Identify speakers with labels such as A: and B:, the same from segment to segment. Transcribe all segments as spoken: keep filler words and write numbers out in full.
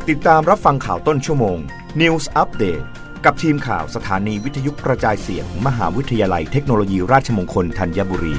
A: ติดตามรับฟังข่าวต้นชั่วโมง News Update กับทีมข่าวสถานีวิทยุกระจายเสียง มหาวิทยาลัยเทคโนโลยีราชมงคลธัญบุรี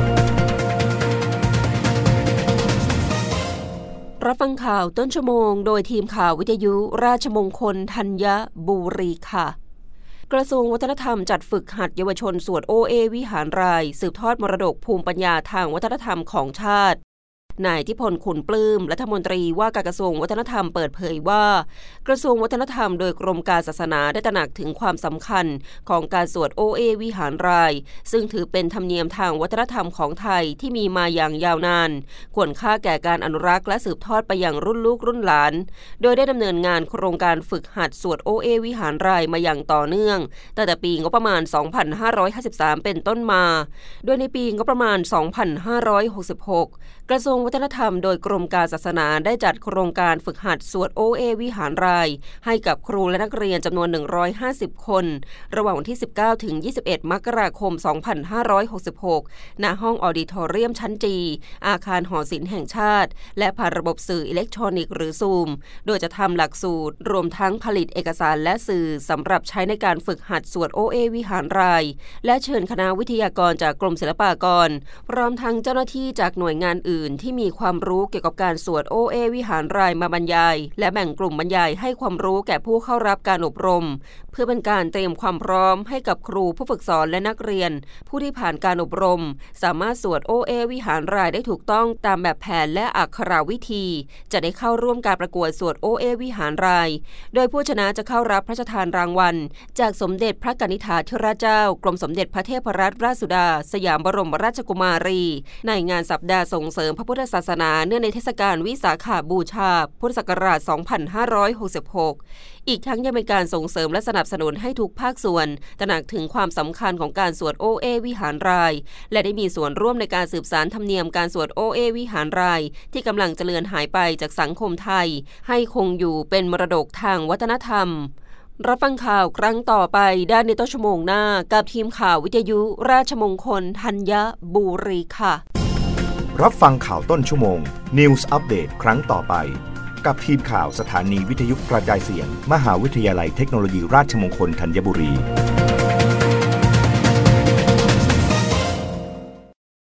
B: รับฟังข่าวต้นชั่วโมงโดยทีมข่าววิทยุราชมงคลธัญบุรีค่ะกระทรวงวัฒนธรรมจัดฝึกหัดเยาวชนสวดโอเอวิหารรายสืบทอดมรดกภูมิปัญญาทางวัฒนธรรมของชาตินายทิพลขุนปลื้มรัฐมนตรีว่าการกระทรวงวัฒนธรรมเปิดเผยว่ากระทรวงวัฒนธรรมโดยกรมการศาสนาได้ตระหนักถึงความสำคัญของการสวดโอเอวิหารรายซึ่งถือเป็นธรรมเนียมทางวัฒนธรรมของไทยที่มีมาอย่างยาวนานควรค่าแก่การอนุรักษ์และสืบทอดไปยังรุ่นลูกรุ่นหลานโดยได้ดำเนินงานโครงการฝึกหัดสวดโอเอวิหารรายมาอย่างต่อเนื่องตั้งแต่ปีงบประมาณสองพันห้าร้อยห้าสิบสามเป็นต้นมาโดยในปีงบประมาณสองพันห้าร้อยหกสิบหกกระทรวงวัฒนธรรมโดยกรมการศาสนาได้จัดโครงการฝึกหัดสวดโอเอวิหารรายให้กับครูและนักเรียนจำนวนหนึ่งร้อยห้าสิบคนระหว่างวันที่สิบเก้าถึงยี่สิบเอ็ดมกราคมสองพันห้าร้อยหกสิบหกณห้องออดิทอเรียมชั้นจีอาคารหอศิลป์แห่งชาติและผ่านระบบสื่ออิเล็กทรอนิกส์หรือซูมโดยจะทำหลักสูตรรวมทั้งผลิตเอกสารและสื่อสำหรับใช้ในการฝึกหัดสวดโอเอวิหารรายและเชิญคณะวิทยากรจากกรมศิลปากรพร้อมทั้งเจ้าหน้าที่จากหน่วยงานอื่นที่มีความรู้เกี่ยวกับการสวดโอเอวิหารรายมาบรรยายและแบ่งกลุ่มบรรยายให้ความรู้แก่ผู้เข้ารับการอบรมเพื่อเป็นการเตรียมความพร้อมให้กับครูผู้ฝึกสอนและนักเรียนผู้ที่ผ่านการอบรมสามารถสวดโอเอวิหารรายได้ถูกต้องตามแบบแผนและอักขระวิธีจะได้เข้าร่วมการประกวดสวดโอเอวิหารรายโดยผู้ชนะจะเข้ารับพระราชทานรางวัลจากสมเด็จพระกนิษฐาธิราชเจ้ากรมสมเด็จพระเทพรัตนราชสุดาสยามบรมราชกุมารีในงานสัปดาห์ส่งเสริมพระพุทธศาสนาเนื่องในเทศกาลวิสาขบูชาพุทธศักราชสองพันห้าร้อยหกสิบหกอีกทั้งยังเป็นการส่งเสริมและสนับสนุนให้ทุกภาคส่วนตระหนักถึงความสำคัญของการสวดโอเอวิหารรายและได้มีส่วนร่วมในการสืบสานธรรมเนียมการสวดโอเอวิหารรายที่กำลังจะเลือนหายไปจากสังคมไทยให้คงอยู่เป็นมรดกทางวัฒนธรรมรับฟังข่าวครั้งต่อไปด้านในต้นชั่วโมงหน้ากับทีมข่าววิทยุราชมงคลธัญบุรีค่ะ
A: รับฟังข่าวต้นชั่วโมง News Update ครั้งต่อไปกับทีมข่าวสถานีวิทยุกระจายเสียง มหาวิทยาลัยเทคโนโลยีราชมงคลธัญบุรี